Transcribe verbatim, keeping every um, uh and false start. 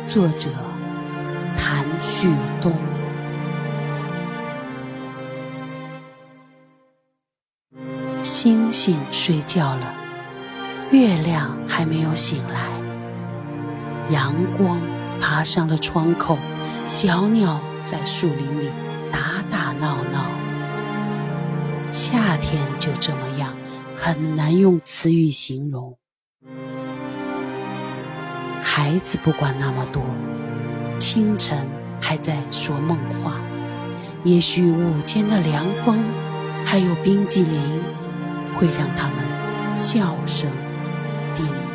作者谭旭东。星星睡觉了，月亮还没有醒来，阳光爬上了窗口，小鸟在树林里打打闹闹。夏天就这么样，很难用词语形容。孩子不管那么多，清晨还在说梦话，也许午间的凉风还有冰激凌会让他们笑声叮